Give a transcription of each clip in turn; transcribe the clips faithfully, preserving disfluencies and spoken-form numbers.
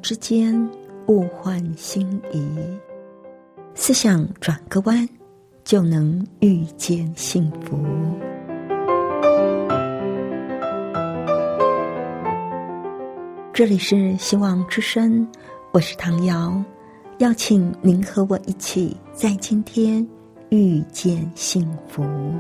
之间物换星移，思想转个弯，就能遇见幸福。这里是希望之声，我是唐瑶，邀请您和我一起在今天遇见幸福。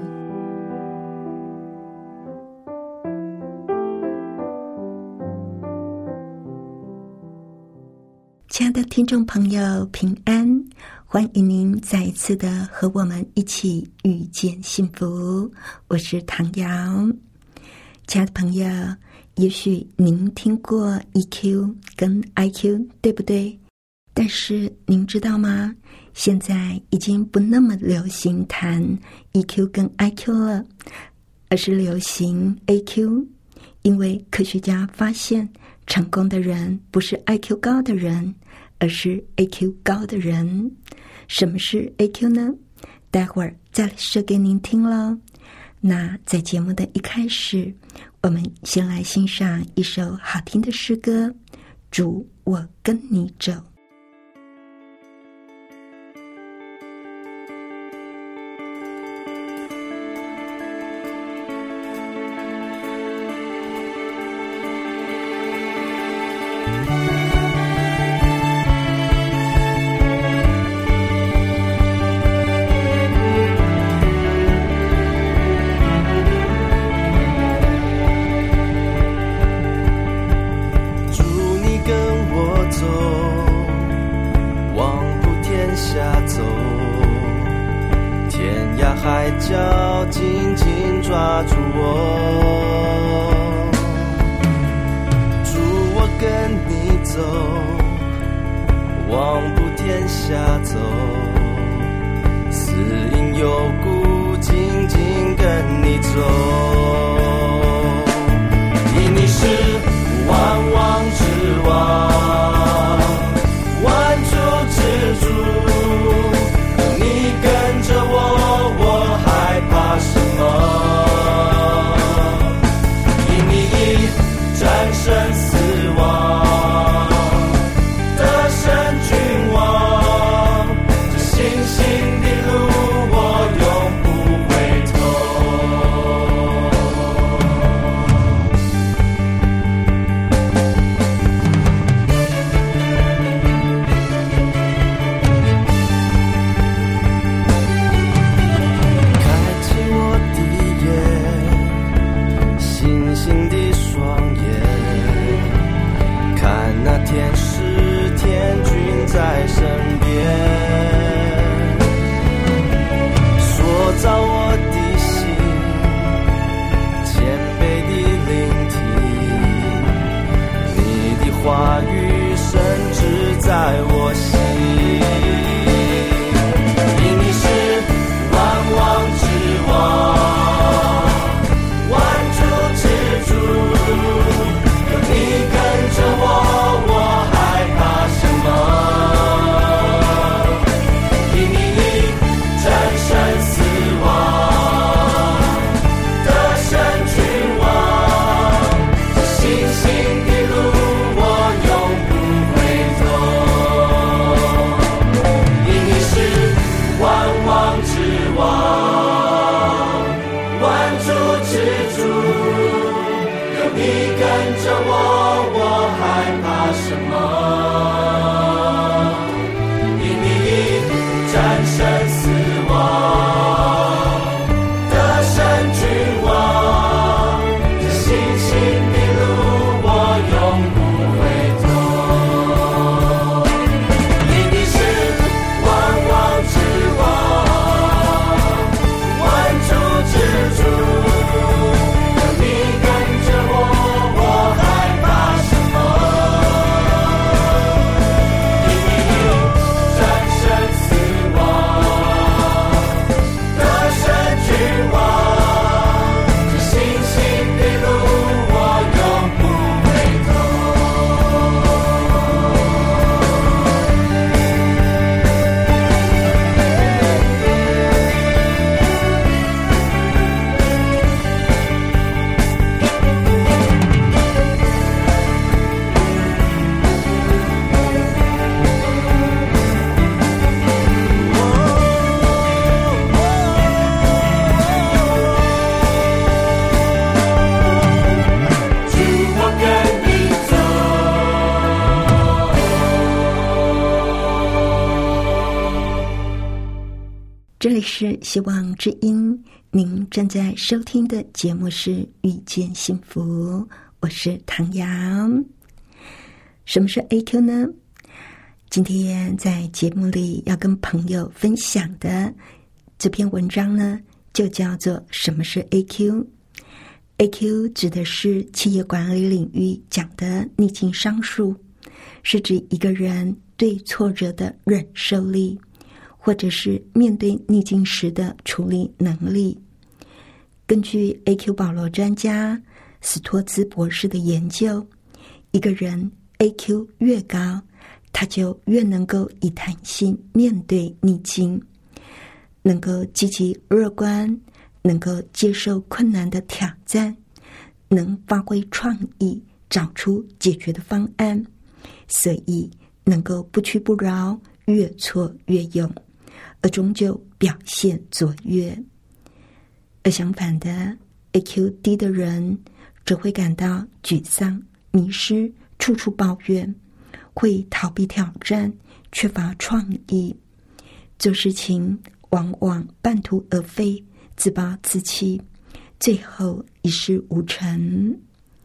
亲爱的听众朋友，平安，欢迎您再一次的和我们一起遇见幸福。我是唐瑶。亲爱的朋友，也许您听过 E Q 跟 I Q， 对不对？但是您知道吗？现在已经不那么流行谈 E Q 跟 I Q 了，而是流行 A Q。因为科学家发现，成功的人不是 I Q 高的人，而是 A Q 高的人。什么是 A Q 呢？待会儿再说给您听咯。那在节目的一开始，我们先来欣赏一首好听的诗歌，主，我跟你走。 主，你跟我走， 这里是希望之音，您正在收听的节目是遇见幸福，我是唐瑶。什么是 A Q 呢？今天在节目里要跟朋友分享的这篇文章呢，就叫做什么是 A Q。 A Q 指的是企业管理领域讲的逆境商数，是指一个人对挫折的忍受力，或者是面对逆境时的处理能力。根据 A Q 保罗专家史托兹博士的研究，一个人 A Q 越高，他就越能够以弹性面对逆境，能够积极乐观，能够接受困难的挑战，能发挥创意，找出解决的方案，所以能够不屈不挠，越挫越勇，而终究表现卓越。而相反的 A Q 低的人则会感到沮丧、迷失，处处抱怨，会逃避挑战，缺乏创意，做事情往往半途而废，自暴自弃，最后一事无成。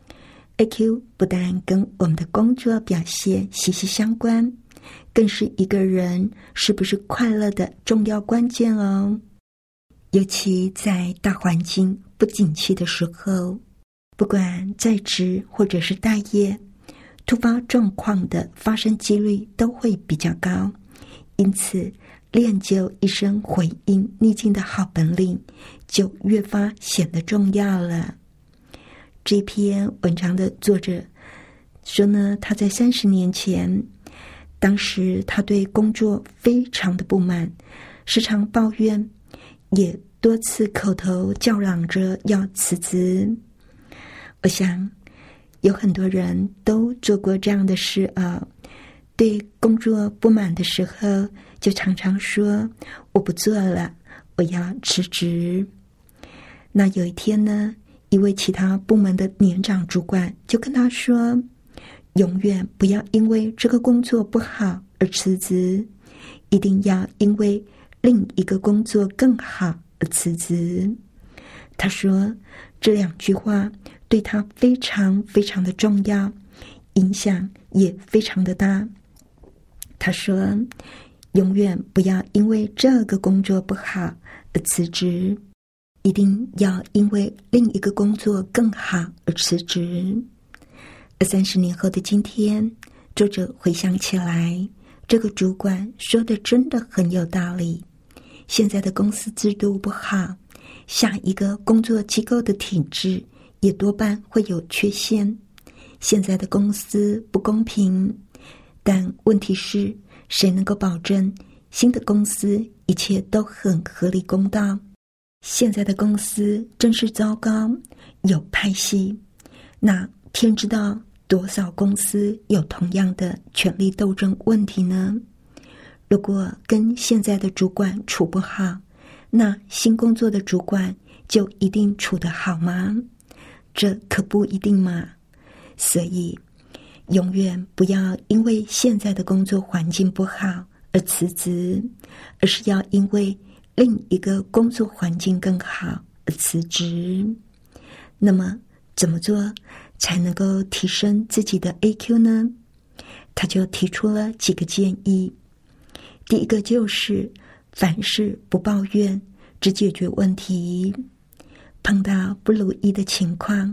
A Q 不但跟我们的工作表现息息相关，更是一个人是不是快乐的重要关键哦。尤其在大环境不景气的时候，不管在职或者是待业，突发状况的发生几率都会比较高，因此练就一身回应逆境的好本领就越发显得重要了。这篇文章的作者说呢，他在三十年前，当时他对工作非常的不满，时常抱怨，也多次口头叫嚷着要辞职。我想有很多人都做过这样的事啊，对工作不满的时候就常常说我不做了，我要辞职。那有一天呢，一位其他部门的年长主管就跟他说，永远不要因为这个工作不好而辞职，一定要因为另一个工作更好而辞职。他说这两句话对他非常非常的重要，影响也非常的大。他说永远不要因为这个工作不好而辞职，一定要因为另一个工作更好而辞职。而三十年后的今天，作者回想起来，这个主管说的真的很有道理。现在的公司制度不好，下一个工作机构的体制也多半会有缺陷。现在的公司不公平，但问题是，谁能够保证新的公司一切都很合理公道？现在的公司真是糟糕，有派系。那天知道多少公司有同样的权力斗争问题呢？如果跟现在的主管处不好，那新工作的主管就一定处得好吗？这可不一定嘛。所以永远不要因为现在的工作环境不好而辞职，而是要因为另一个工作环境更好而辞职。那么怎么做才能够提升自己的 A Q 呢？他就提出了几个建议。第一个就是凡事不抱怨，只解决问题。碰到不如意的情况，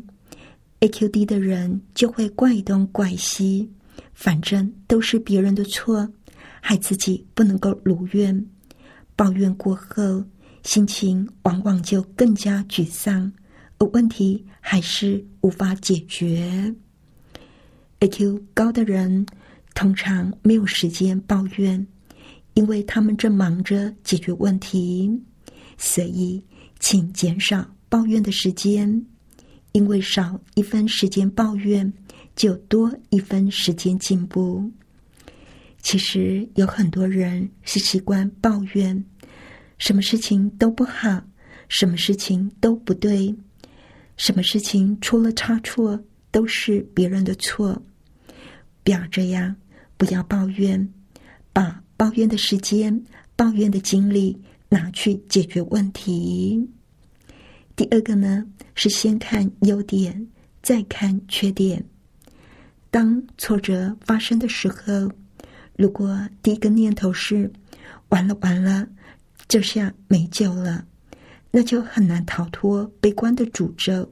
A Q 低的人就会怪东怪西，反正都是别人的错，害自己不能够如愿。抱怨过后，心情往往就更加沮丧，而问题还是无法解决。 A Q 高的人通常没有时间抱怨，因为他们正忙着解决问题，所以请减少抱怨的时间，因为少一分时间抱怨，就多一分时间进步。其实有很多人是习惯抱怨，什么事情都不好，什么事情都不对，什么事情出了差错都是别人的错。不要这样，不要抱怨，把抱怨的时间、抱怨的精力拿去解决问题。第二个呢，是先看优点，再看缺点。当挫折发生的时候，如果第一个念头是完了完了，这下没救了，那就很难逃脱悲观的诅咒。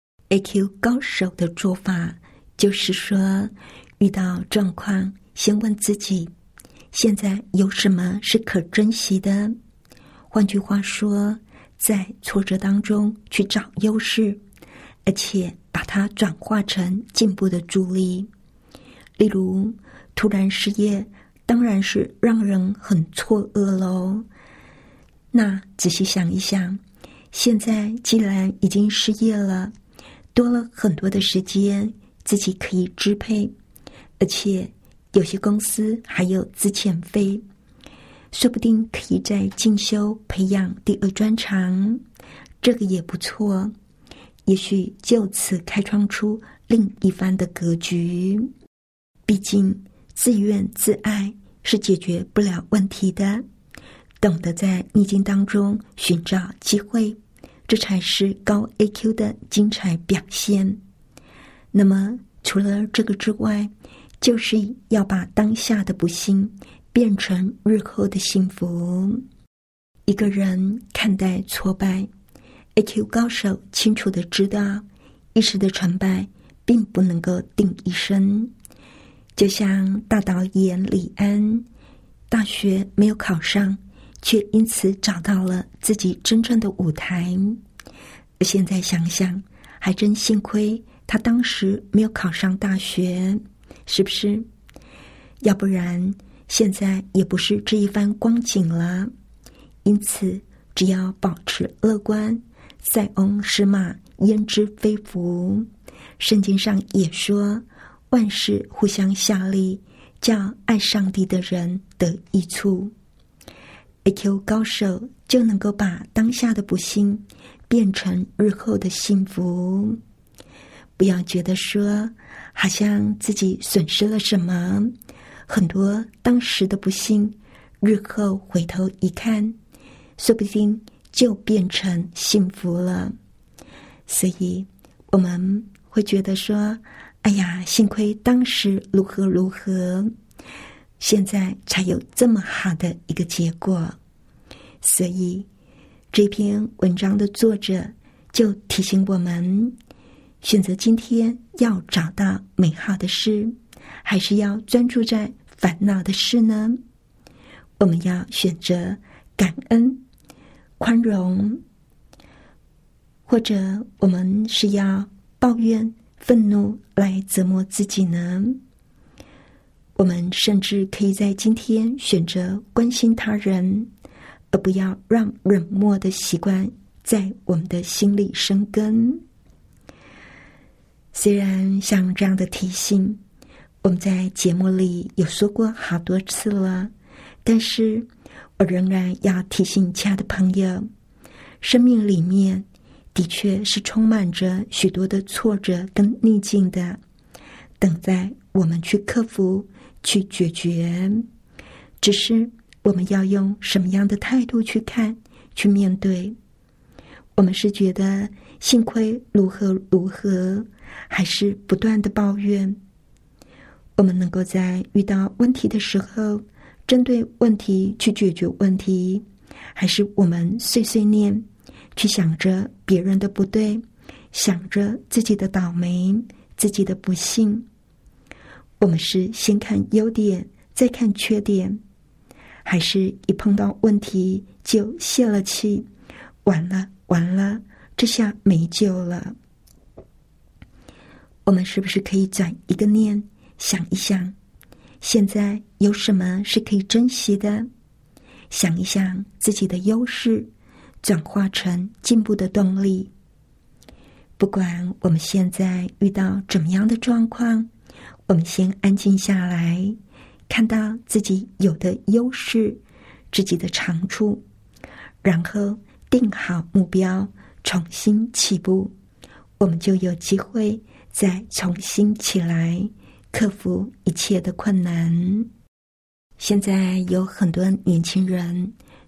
A Q 高手的做法就是说，遇到状况先问自己，现在有什么是可珍惜的？换句话说，在挫折当中去找优势，而且把它转化成进步的助力。例如，突然失业，当然是让人很错愕咯。那仔细想一想，现在既然已经失业了，多了很多的时间自己可以支配，而且有些公司还有资遣费，说不定可以再进修培养第二专长，这个也不错，也许就此开创出另一番的格局。毕竟自怨自艾是解决不了问题的，懂得在逆境当中寻找机会，这才是高 A Q 的精彩表现。那么除了这个之外，就是要把当下的不幸变成日后的幸福。一个人看待挫败， A Q 高手清楚地知道，一时的成败并不能够定一生。就像大导演李安，大学没有考上，却因此找到了自己真正的舞台。现在想想，还真幸亏他当时没有考上大学，是不是？要不然现在也不是这一番光景了。因此只要保持乐观，塞翁失马焉知非福。圣经上也说，万事互相效力，叫爱上帝的人得益处。 A Q 高手就能够把当下的不幸变成日后的幸福。不要觉得说好像自己损失了什么，很多当时的不幸，日后回头一看，说不定就变成幸福了。所以我们会觉得说，哎呀，幸亏当时如何如何，现在才有这么好的一个结果。所以这篇文章的作者就提醒我们，选择今天要找到美好的事，还是要专注在烦恼的事呢？我们要选择感恩、宽容，或者我们是要抱怨、愤怒来折磨自己呢？我们甚至可以在今天选择关心他人，而不要让冷漠的习惯在我们的心里生根。虽然像这样的提醒，我们在节目里有说过好多次了，但是我仍然要提醒亲爱的朋友，生命里面的确是充满着许多的挫折跟逆境的，等待我们去克服、去解决。只是我们要用什么样的态度去看、去面对？我们是觉得幸亏如何如何，还是不断的抱怨？我们能够在遇到问题的时候，针对问题去解决问题，还是我们碎碎念，去想着别人的不对，想着自己的倒霉、自己的不幸？我们是先看优点，再看缺点，还是一碰到问题就泄了气，完了完了，这下没救了？我们是不是可以转一个念，想一想，现在有什么是可以珍惜的？想一想自己的优势，转化成进步的动力。不管我们现在遇到怎么样的状况，我们先安静下来，看到自己有的优势，自己的长处，然后定好目标，重新起步，我们就有机会再重新起来，克服一切的困难。现在有很多年轻人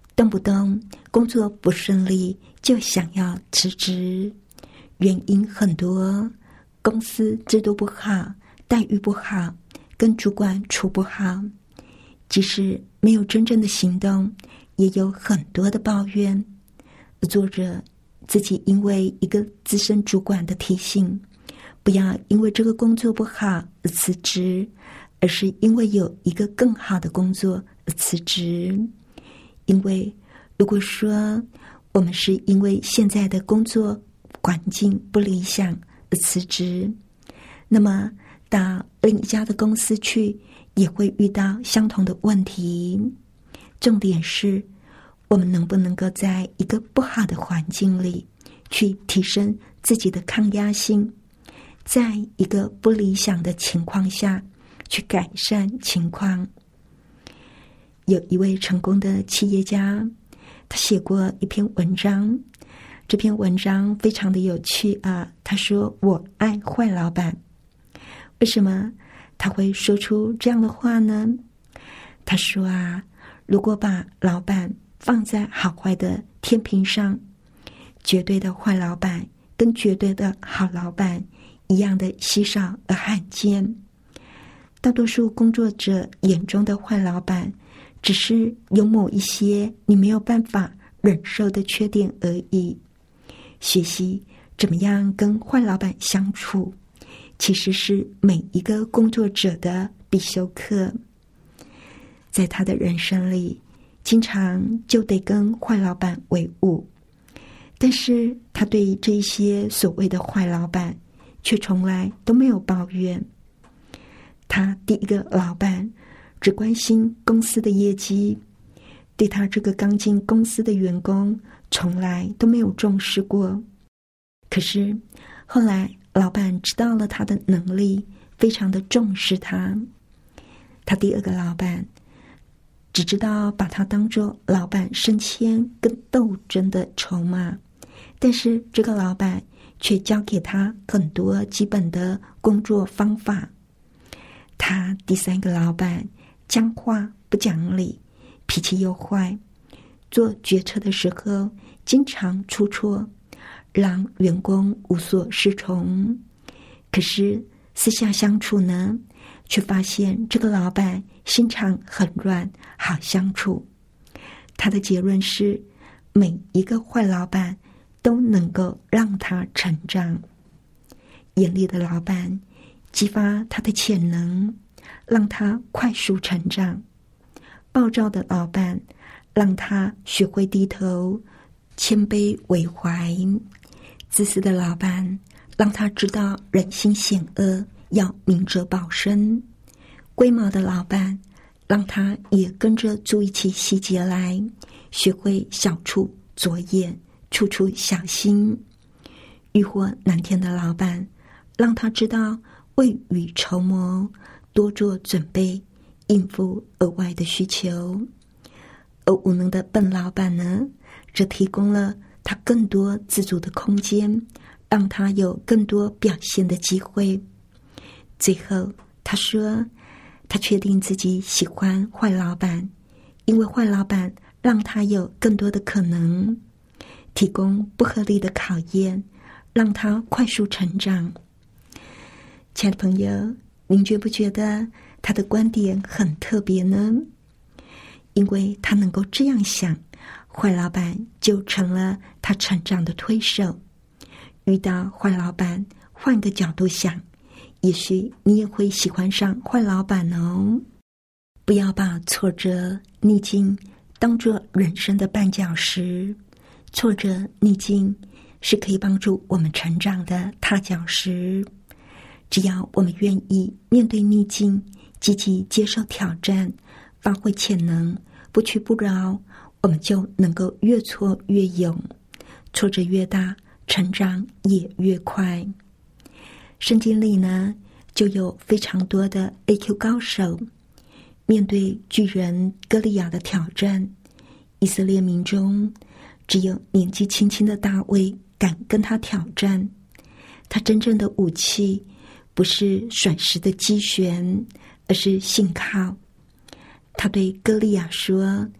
动不动工作不顺利就想要辞职，原因很多，公司制度不好，待遇不好，跟主管处不好，即使没有真正的行动，也有很多的抱怨。作者自己因为一个资深主管的提醒，不要因为这个工作不好而辞职，而是因为有一个更好的工作而辞职。因为如果说我们是因为现在的工作环境不理想而辞职，那么到另一家的公司去也会遇到相同的问题。重点是我们能不能够在一个不好的环境里去提升自己的抗压性，在一个不理想的情况下去改善情况。有一位成功的企业家，他写过一篇文章，这篇文章非常的有趣啊。他说：我爱坏老板。为什么他会说出这样的话呢？他说啊，如果把老板放在好坏的天平上，绝对的坏老板跟绝对的好老板一样的稀少而罕见。大多数工作者眼中的坏老板，只是有某一些你没有办法忍受的缺点而已。学习怎么样跟坏老板相处，其实是每一个工作者的必修课。在他的人生里，经常就得跟坏老板为伍，但是他对这一些所谓的坏老板却从来都没有抱怨。他第一个老板只关心公司的业绩，对他这个刚进公司的员工从来都没有重视过。可是后来老板知道了他的能力，非常的重视他。他第二个老板只知道把他当作老板升迁跟斗争的筹码，但是这个老板却教给他很多基本的工作方法。他第三个老板讲话不讲理，脾气又坏，做决策的时候经常出错，让员工无所适从。可是私下相处呢，却发现这个老板心肠很软，好相处。他的结论是，每一个坏老板都能够让他成长。严厉的老板激发他的潜能，让他快速成长。暴躁的老板让他学会低头，谦卑为怀。自私的老板让他知道人心险恶，要明哲保身。龟毛的老板让他也跟着注意起细节来，学会小处着眼，处处小心。欲火难填的老板让他知道未雨绸缪，多做准备，应付额外的需求。而无能的笨老板呢，则提供了他更多自主的空间，让他有更多表现的机会。最后他说，他确定自己喜欢坏老板，因为坏老板让他有更多的可能，提供不合理的考验，让他快速成长。亲爱的朋友，您觉不觉得他的观点很特别呢？因为他能够这样想，坏老板就成了他成长的推手。遇到坏老板，换个角度想，也许你也会喜欢上坏老板哦。不要把挫折逆境当作人生的绊脚石，挫折逆境是可以帮助我们成长的踏脚石。只要我们愿意面对逆境，积极接受挑战，发挥潜能，不屈不挠，我们就能够越挫越勇，挫折越大，成长也越快。圣经里呢，就有非常多的 A Q 高手，面对巨人歌利亚的挑战，以色列民中只有年纪轻轻的大卫敢跟他挑战。他真正的武器不是甩石的机旋，而是信靠。他对歌利亚说，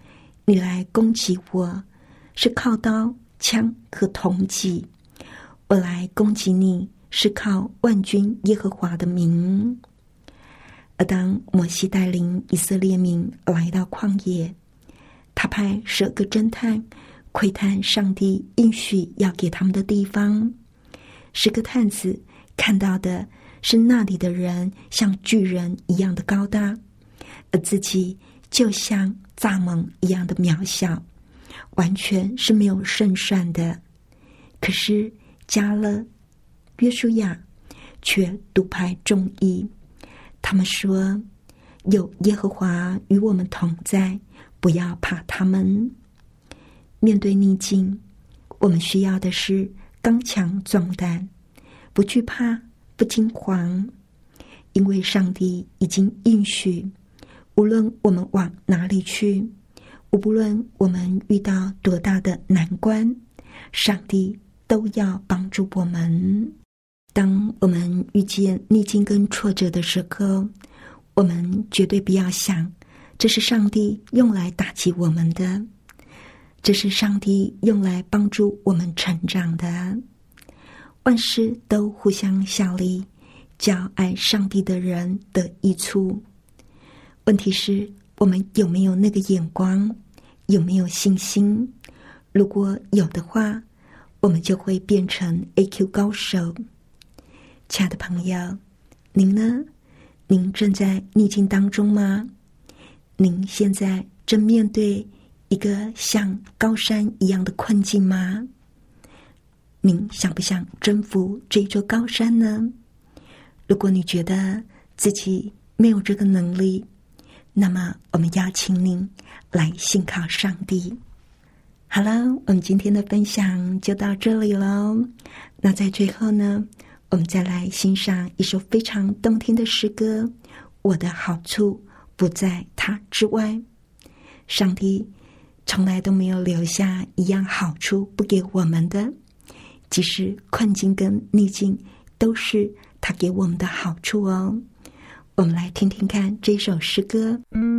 你来攻击我，是靠刀、枪和铜戟；我来攻击你，是靠万军耶和华的名。而当摩西带领以色列民来到旷野，他派十二个侦探窥探上帝应许要给他们的地方。十个探子看到的是那里的人像巨人一样的高大，而自己就像蚱蜢一样的渺小，完全是没有胜算的。可是迦勒、约书亚却独排众议，他们说：有耶和华与我们同在，不要怕他们。面对逆境，我们需要的是刚强壮胆，不惧怕，不惊惶，因为上帝已经应许，无论我们往哪里去，无论我们遇到多大的难关，上帝都要帮助我们。当我们遇见逆境跟挫折的时候，我们绝对不要想这是上帝用来打击我们的，这是上帝用来帮助我们成长的。万事都互相效力，叫爱上帝的人得益处。问题是我们有没有那个眼光，有没有信心？如果有的话，我们就会变成 A Q 高手。亲爱的朋友，您呢？您正在逆境当中吗？您现在正面对一个像高山一样的困境吗？您想不想征服这座高山呢？如果你觉得自己没有这个能力，那么我们邀请您来信靠上帝。好了，我们今天的分享就到这里咯。那在最后呢，我们再来欣赏一首非常动听的诗歌，我的好处不在他之外。上帝从来都没有留下一样好处不给我们的，即使困境跟逆境都是他给我们的好处哦。我们来听听看这首诗歌。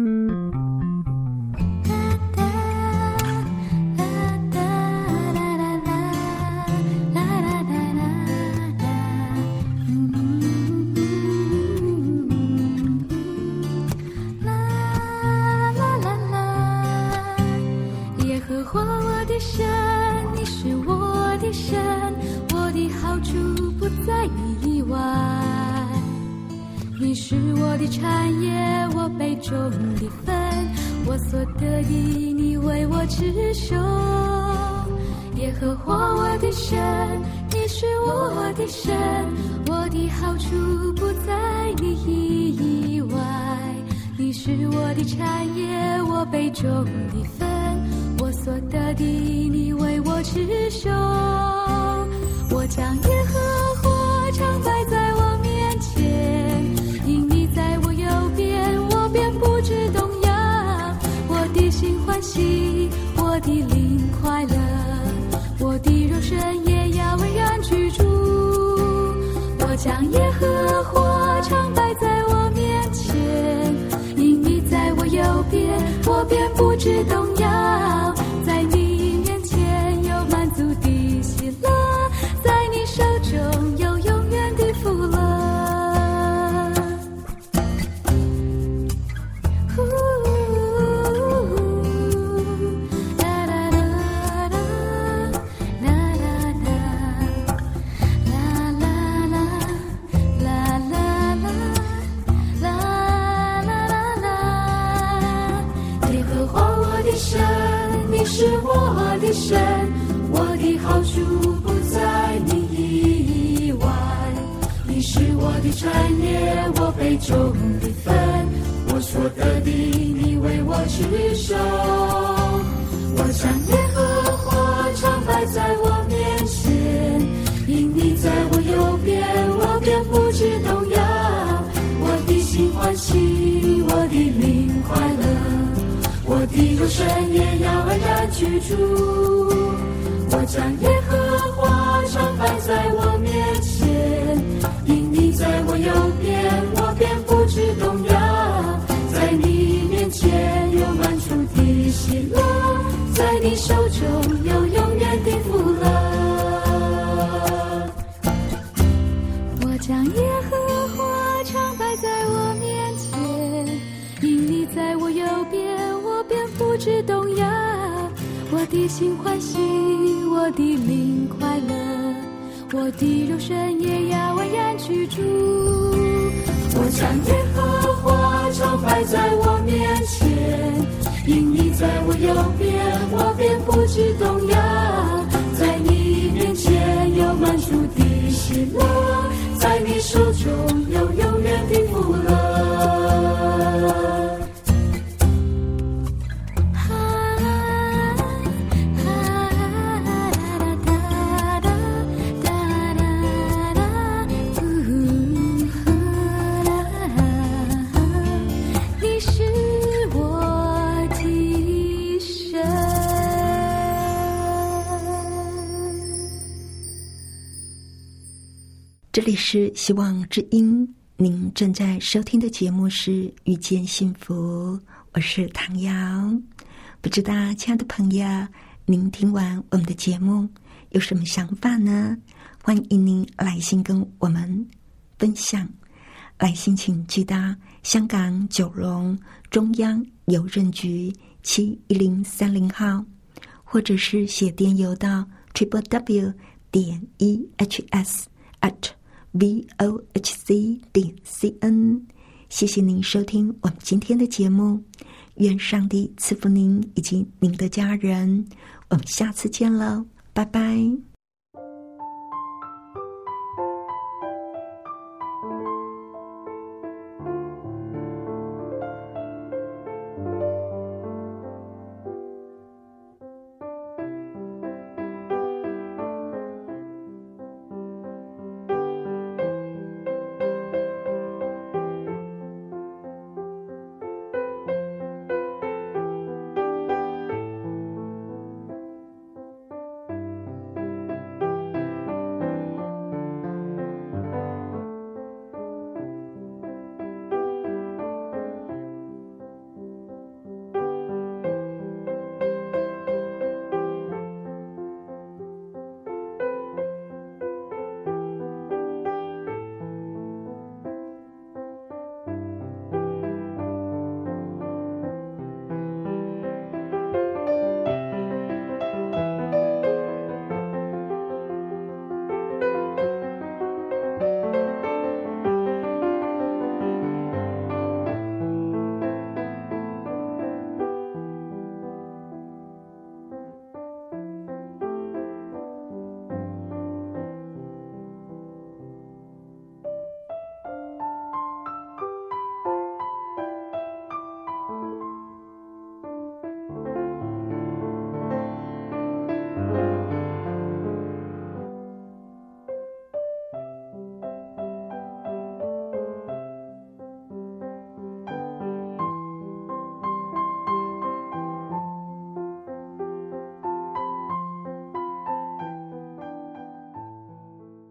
你是我的产业，我杯中的分，我所得的你为我持守。耶和华我的神，你是我的神，我的好处不在你以外。你是我的产业，我杯中的分，我所得的你为我持守。我将耶和华常摆在我面前，因你在我右边，我便不致动摇。我的心欢喜，我的灵快乐，我的肉身也要安然居住。我将耶和华常摆在我面前，因你在我右边，我便不致动摇。在你面前有满足的喜乐，在你手中有永远的福乐。耶和华我的神，你是我的神，我的好处不在你以外。你是我的产业，我杯中的分，我所得的你为我持守。我将耶和华常摆在我面前，因你在我右边，我便不致动摇。我的心欢喜，我的灵快乐，我的肉身也要安然居住。我将耶和华常摆在我面前，因你在我右边，我便不致动摇。在你面前有满足的喜乐， 将耶和华常摆在我面前，因你在我右边，我便不致动摇。我的心欢喜，我的灵快乐，我的肉身也要安然居住。我将耶和华常摆在我面前，因你在我右边，我便不致动摇。在你面前有满足的喜乐，在你手中有永远的福乐。 这里是希望之音，您正在收听的节目是遇见幸福，我是唐瑶。不知道亲爱的朋友，您听完我们的节目有什么想法呢？欢迎您来信跟我们分享。来信请寄到香港九龙中央邮政局七一零三零号，或者是写电邮到 triple w 点 e h s at v o h c 点 c n。 谢谢您收听我们今天的节目，愿上帝赐福您以及您的家人，我们下次见了，拜拜。